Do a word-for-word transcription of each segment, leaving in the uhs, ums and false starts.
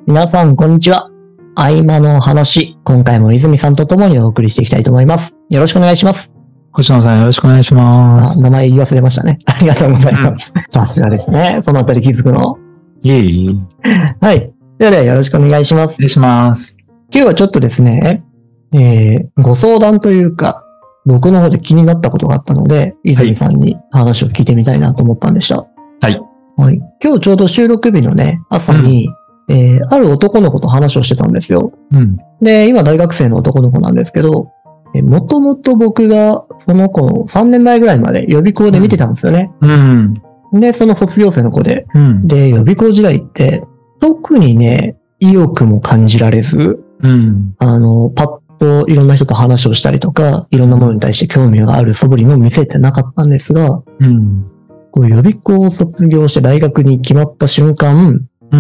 皆さん、こんにちは。合間の話、今回も泉さんと共にお送りしていきたいと思います。よろしくお願いします。 星野さんよろしくお願いします。 名前言い忘れましたね。ありがとうございます。さすがですね。そのあたり気づくの。 いえいえ。 はい。ではではよろしくお願いします。 お願いします。 今日はちょっとですね、えー、ご相談というか、僕の方で気になったことがあったので、泉さんに話を聞いてみたいなと思ったんでした。 はい。 はい。今日ちょうど収録日のね、朝に、うんえー、ある男の子と話をしてたんですよ。 うん、 で、今大学生の男の子なんですけど、もともと僕がその子のさんねんまえぐらいまで予備校で見てたんですよね。 うんうん、で、その卒業生の子で、 うん、 で、予備校時代って特にね、意欲も感じられず、 うん、 あの、パッといろんな人と話をしたりとか、いろんなものに対して興味がある素振りも見せてなかったんですが、 うん、 こう予備校を卒業して大学に決まった瞬間、 うん、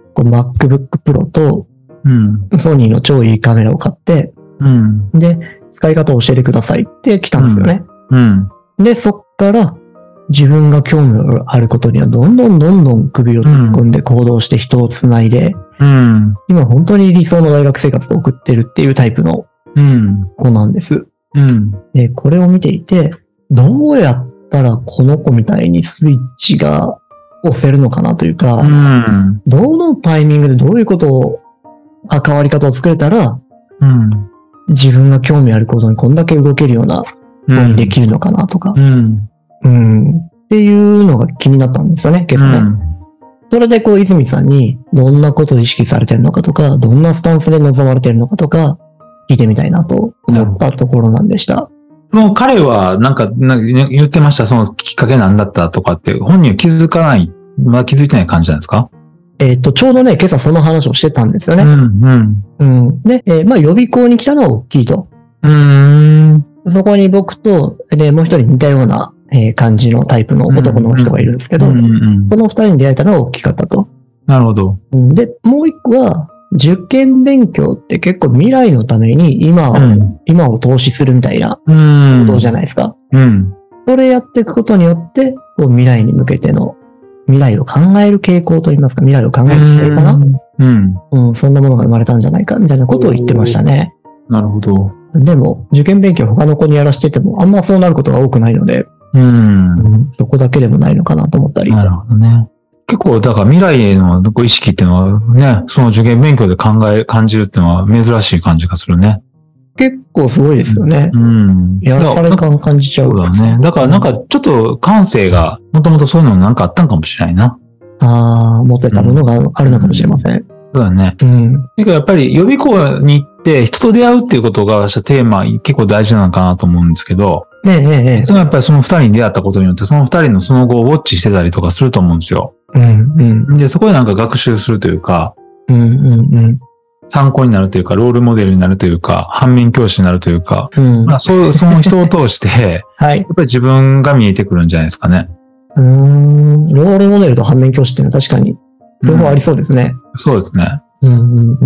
こう MacBook Pro と、 うん、 ソニーの超いいカメラを買って、 うん、 で、使い方を教えてくださいって来たんですよね。 うんうん、 で、そっから自分が興味があることにはどんどんどんどん首を突っ込んで行動して人をつないで、 うん、 今本当に理想の大学生活を送ってるっていうタイプの子なんです。 うん、 で、これを見ていて、どうやったらこの子みたいにスイッチが押せるのかなというか、 うん、 どのタイミングでどういうことを、関わり方を作れたら、 うん、 自分が興味あることにこんだけ動けるような子にできるのかなとか、 うんうん、っていうのが気になったんですよね、今朝ね。うん、それでこう、泉さんにどんなことを意識されてるのかとか、どんなスタンスで臨まれてるのかとか、聞いてみたいなと思ったところなんでした。 もう彼はなんか、なんか言ってました、そのきっかけなんだったとかって、本人は気づかない、まだ気づいてない感じなんですか？ えっと、ちょうどね、今朝その話をしてたんですよね。 うん、 うん。うん。で、えー、まあ予備校に来たのは大きいと。 うーん。 そこに僕と、で、もう一人似たような、えー、感じのタイプの男の人がいるんですけど、 うんうんうん、 その二人に出会えたのは大きかったと。 なるほど。 で、もう一個は、受験勉強って結構未来のために今を、うん、今を投資するみたいなことじゃないですか。 うん。 それやっていくことによって、こう未来に向けての、未来を考える傾向といいますか、未来を考える姿勢かな、 うん。 うん。そんなものが生まれたんじゃないか、みたいなことを言ってましたね。 なるほど。 でも、受験勉強他の子にやらせてても、あんまそうなることが多くないので、 うん。 うん、そこだけでもないのかなと思ったり。 なるほどね。結構、だから未来へのご意識っていうのはね、その受験勉強で考え、感じるっていうのは珍しい感じがするね。 結構すごいですよね。 うん。 やらされ感感じちゃう。 そうだね。だからなんかちょっと感性が、もともとそういうのなんかあったんかもしれないな。 ああ、持ってたものがあるのかもしれません。うん、 そうだね。 うん。 だけどやっぱり予備校に行って人と出会うっていうことがテーマ結構大事なのかなと思うんですけど、 ええええ。 それはやっぱりその二人に出会ったことによって、その二人のその後をウォッチしてたりとかすると思うんですよ。 うん、うん。 で、そこでなんか学習するというか、 うん、うん、うん。 参考になるというか、ロールモデルになるというか、反面教師になるというか、 うん、 まあ、そう、その人を通して、 はい。 やっぱり自分が見えてくるんじゃないですかね。 うーん、ロールモデルと反面教師っていうのは確かに、両方ありそうですね。 うん、そうですね。 うん、うん、うん。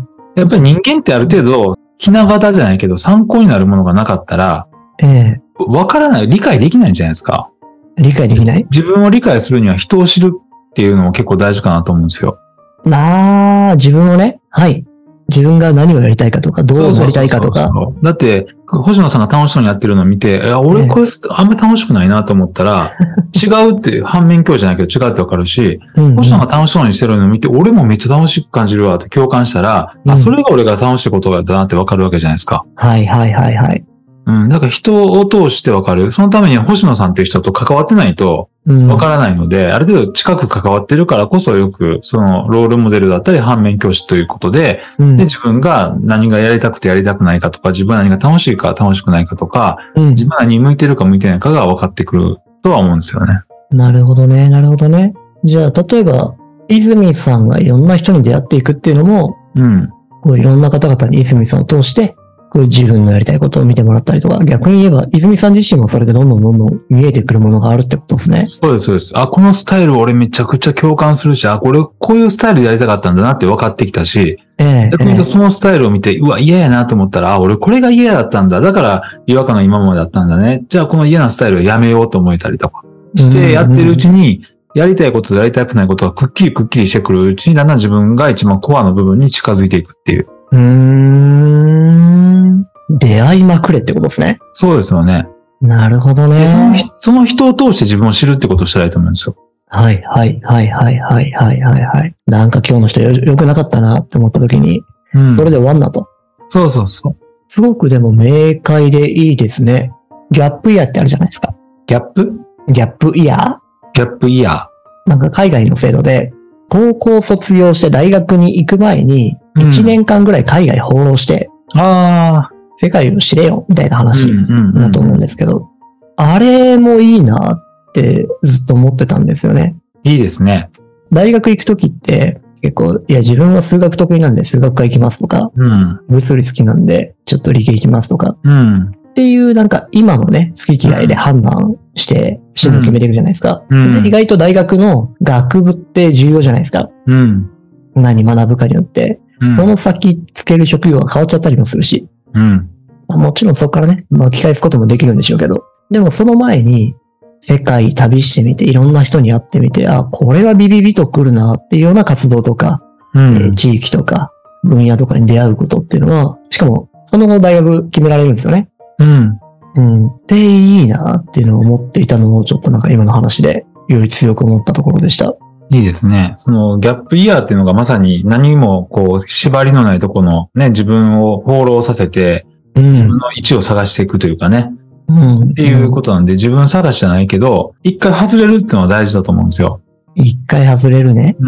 やっぱり人間ってある程度、ひな形じゃないけど、参考になるものがなかったら、 ええ。 わからない、理解できないんじゃないですか。 理解できない？ 自分を理解するには人を知るっていうのも結構大事かなと思うんですよ。 ああ、自分をね、はい。自分が何をやりたいかとか、どうなりたいかとか。 そうそうそうそう。だって、星野さんが楽しそうにやってるのを見て、いや、俺これあんまり楽しくないなと思ったら、違うっていう、反面教師じゃないけど違うってわかるし、うんうん、星野が楽しそうにしてるのを見て、俺もめっちゃ楽しく感じるわって共感したら、うん、あ、それが俺が楽しいことだなってわかるわけじゃないですか。 はいはいはいはい。 うん。だから人を通してわかる。そのために星野さんっていう人と関わってないとわからないので、うん、ある程度近く関わってるからこそよく、そのロールモデルだったり反面教師ということで、うん、で、自分が何がやりたくてやりたくないかとか、自分は何が楽しいか楽しくないかとか、うん、自分は何に向いてるか向いてないかが分かってくるとは思うんですよね。 なるほどね、なるほどね。じゃあ、例えば、泉さんがいろんな人に出会っていくっていうのも、うん。こういろんな方々に泉さんを通して、こういう自分のやりたいことを見てもらったりとか、逆に言えば、泉さん自身もそれでどんどんどんどん見えてくるものがあるってことですね。 そうです、そうです。あ、このスタイル俺めちゃくちゃ共感するし、あ、これ、こういうスタイルでやりたかったんだなって分かってきたし、ええ、逆に言うとそのスタイルを見て、うわ、嫌やなと思ったら、あ、俺これが嫌だったんだ。だから違和感が今までだったんだね。じゃあこの嫌なスタイルをやめようと思えたりとかしてやってるうちに、 やりたいこととやりたくないことがくっきりくっきりしてくるうちに、だんだん自分が一番コアの部分に近づいていくっていう。 うーん。出会いまくれってことですね。 そうですよね。 なるほどね。 その、その人を通して自分を知るってことをしたらいいと思うんですよ。 はいはいはいはいはいはいはいはい。なんか今日の人よ、よくなかったなって思った時に、うん、それで終わんなと。 そうそうそう。 すごくでも明快でいいですね。ギャップイヤーってあるじゃないですか。 ギャップギャップイヤーギャップイヤー。 なんか海外の制度で、高校卒業して大学に行く前に、いちねんかんぐらい海外放浪して、 うん、ああ。 世界を知れよ、みたいな話だと思うんですけど、あれもいいなってずっと思ってたんですよね。 いいですね。 大学行くときって結構、いや自分は数学得意なんで数学科行きますとか、うん、物理好きなんでちょっと理系行きますとか、うん、っていうなんか今のね、好き嫌いで判断して進路決めていくじゃないですか、うんで。意外と大学の学部って重要じゃないですか。うん、何学ぶかによって、うん、その先つける職業が変わっちゃったりもするし。うん、もちろんそこからね、巻き返すこともできるんでしょうけど、でもその前に世界旅してみていろんな人に会ってみて、あ、これがビビビと来るなっていうような活動とか、うんえー、地域とか分野とかに出会うことっていうのは、しかもその後大学決められるんですよね。うん。うん。で、いいなっていうのを思っていたのをちょっとなんか今の話でより強く思ったところでした。 いいですね。そのギャップイヤーっていうのがまさに何もこう縛りのないところのね、自分を放浪させて、うん、自分の位置を探していくというかね。うん、っていうことなんで、自分探しじゃないけど、一回外れるっていうのは大事だと思うんですよ。 一回外れるね。うん。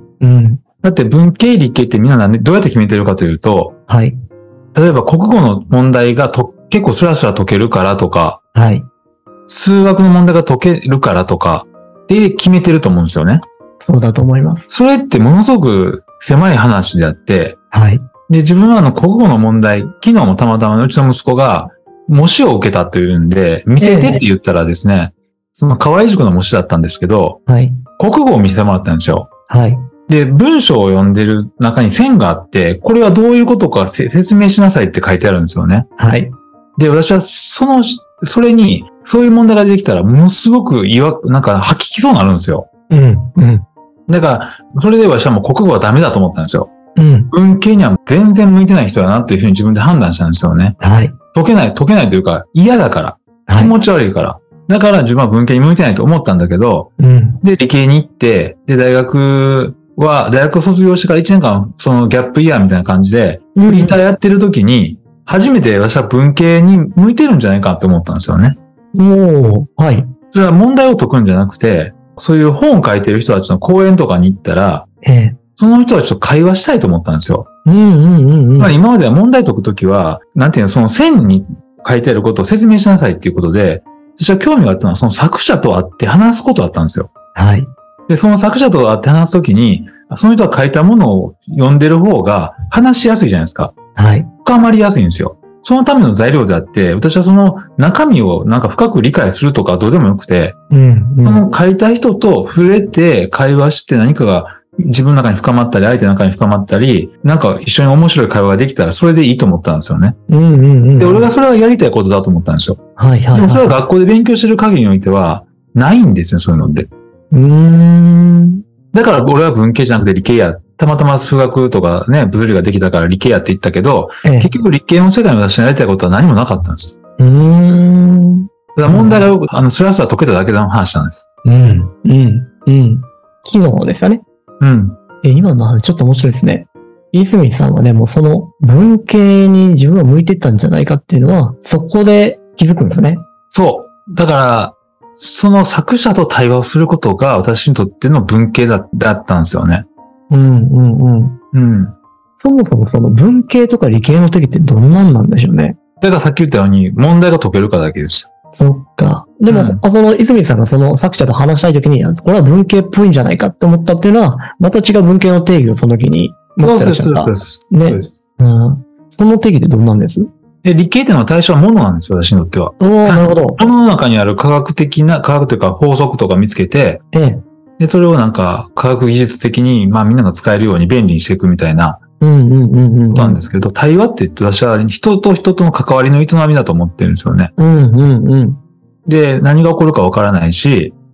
うん。だって文系理系ってみんななんでどうやって決めてるかというと、はい。例えば国語の問題がと結構スラスラ解けるからとか、はい。数学の問題が解けるからとか、で決めてると思うんですよね。 そうだと思います。 それってものすごく狭い話であって、はい。で、自分はあの国語の問題、昨日もたまたまうちの息子が模試を受けたというんで、見せてって言ったらですね、えー、その河合塾の模試だったんですけど、はい。国語を見せてもらったんですよ。はい。で、文章を読んでる中に線があって、これはどういうことか説明しなさいって書いてあるんですよね。はい。で、私はその、それに、そういう問題ができたら、ものすごく違和、なんか吐き気そうになるんですよ。うん、うん。だから、それで私はもう国語はダメだと思ったんですよ。うん。文系には全然向いてない人だなっていうふうに自分で判断したんですよね。はい。解けない、解けないというか嫌だから。気持ち悪いから。はい、だから自分は文系に向いてないと思ったんだけど、うん。で、理系に行って、で、大学は、大学を卒業してからいちねんかん、そのギャップイヤーみたいな感じで、フリーターやってる時に、初めて私は文系に向いてるんじゃないかって思ったんですよね。おー、はい。それは問題を解くんじゃなくて、そういう本を書いてる人たちの講演とかに行ったら、ええ、その人たちと会話したいと思ったんですよ。うんうんうんうん。まあ今までは問題解くときは、なんていうの、その線に書いてあることを説明しなさいっていうことで、私は興味があったのはその作者と会って話すことだったんですよ。はい。で、その作者と会って話すときに、その人が書いたものを読んでる方が話しやすいじゃないですか。はい。深まりやすいんですよ。そのための材料であって、私はその中身をなんか深く理解するとかどうでもよくて、うんうん、その書いた人と触れて会話して何かが自分の中に深まったり、相手の中に深まったり、なんか一緒に面白い会話ができたらそれでいいと思ったんですよね。うんうんうん、で、俺がそれはやりたいことだと思ったんですよ。はいはいはい、でもそれは学校で勉強してる限りにおいてはないんですよ、そういうのって。うーん。だから俺は文系じゃなくて理系や。たまたま数学とかね、物理ができたから理系やって言ったけど、ええ、結局理系の世界の私にやりたいことは何もなかったんです。うーん。だから問題が、うん、あの、スラスラ解けただけの話なんです。うん、うん、うん。機能ですよね。うん。え、今の話ちょっと面白いですね。泉さんはね、もうその文系に自分が向いてったんじゃないかっていうのは、そこで気づくんですね。そう。だから、その作者と対話をすることが私にとっての文系だ、だったんですよね。うんうんうん。うん。そもそもその文系とか理系の時ってどんなんなんでしょうね。だからさっき言ったように問題が解けるかだけです。そっか。でも、うん、その泉さんがその作者と話したい時に、これは文系っぽいんじゃないかって思ったっていうのは、また違う文系の定義をその時に持ってらっしゃった。そうですそうです。ね。うん。その定義ってどんなんです？で、理系っていうのは対象は物なんですよ、私にとっては。おー、なるほど。物の中にある科学的な、科学というか法則とか見つけて、ええ。で、それをなんか科学技術的に、まあみんなが使えるように便利にしていくみたいな、うんうんうんうん。ことなんですけど、対話って言って私は人と人との関わりの営みだと思ってるんですよね。うんうんうん。で、何が起こるかわからないし、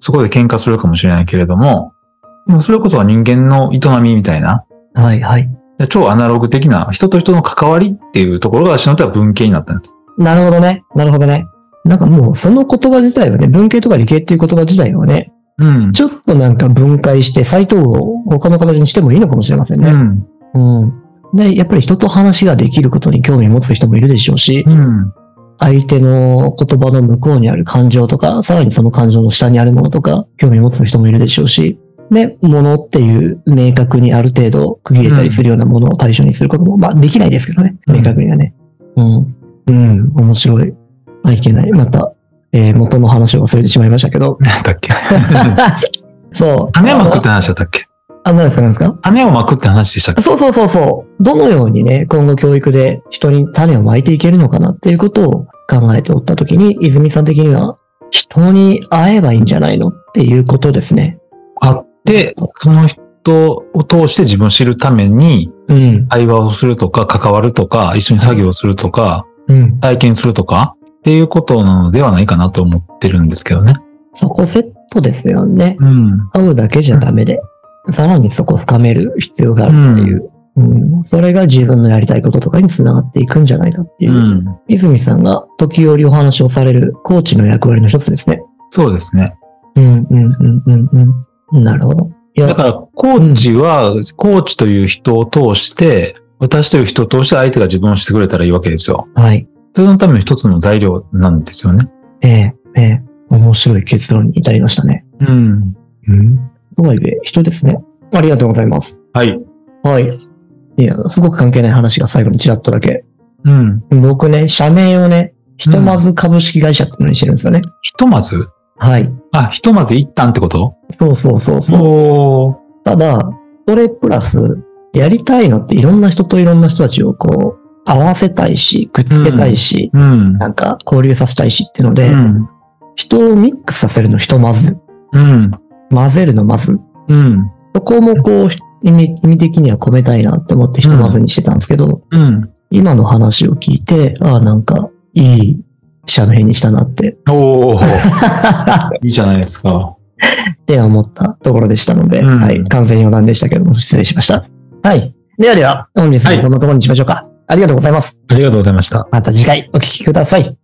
そこで喧嘩するかもしれないけれども、それこそが人間の営みみたいな。 はいはい。 超アナログ的な人と人の関わりっていうところが私の手は文系になったんです。 なるほどね。なるほどね。なんかもうその言葉自体はね、文系とか理系っていう言葉自体はね、うん、ちょっとなんか分解してサイトを他の形にしてもいいのかもしれませんね。うん。うん。で、やっぱり人と話ができることに興味を持つ人もいるでしょうし、うん、相手の言葉の向こうにある感情とか、さらにその感情の下にあるものとか、興味を持つ人もいるでしょうし、で、ものっていう明確にある程度区切れたりするようなものを対象にすることも、うん、まあできないですけどね、明確にはね。うん。うん、面白い。あ、いけない。また、えー、元の話を忘れてしまいましたけど。 なんだっけそう。 種をまくって話だったっけあ、何ですか何ですか種をまくって話でしたっけそうそうそうそう。どのようにね、今後教育で人に種をまいていけるのかなっていうことを考えておったときに、泉さん的には人に会えばいいんじゃないのっていうことですね。 会って、その人を通して自分を知るために、会話をするとか、関わるとか、一緒に作業をするとか、うん、体験するとか、っていうことなのではないかなと思ってるんですけどね。 そこセットですよね。うん、会うだけじゃダメで、さらにそこを深める必要があるっていう、うんうん。それが自分のやりたいこととかにつながっていくんじゃないかっていう。うん、泉さんが時折お話をされるコーチの役割の一つですね。 そうですね。 うん、うん、うん、うん、うん。なるほど。 いやだから、コーチは、うん、コーチという人を通して、私という人を通して相手が自分をしてくれたらいいわけですよ。 はい。 それのための一つの材料なんですよね。 ええ、ええ、面白い結論に至りましたね。うん。うん。とはいえ、人ですね。ありがとうございます。 はい。 はい。いや、すごく関係ない話が最後にちらっとだけ。 うん。 僕ね、社名をね、ひとまず株式会社ってのにしてるんですよね。 ひとまずはい。 あ、ひとまず一旦ってこと？ そうそうそうそう。ただ、それプラス、やりたいのっていろんな人といろんな人たちをこう、合わせたいし、くっつけたいし、うん、なんか交流させたいしっていうので、うん、人をミックスさせるのひとまず、うん、混ぜるのまず、うん、そこもこう意味、意味的には込めたいなって思ってひとまずにしてたんですけど、うん、今の話を聞いて、ああなんかいい社名にしたなって。 おーいいじゃないですか。 って思ったところでしたので、うん、はい、完全に余談でしたけども失礼しました。はい。ではでは、本日もそのところにしましょうか。はい、ありがとうございます。 ありがとうございました。 また次回お聞きください。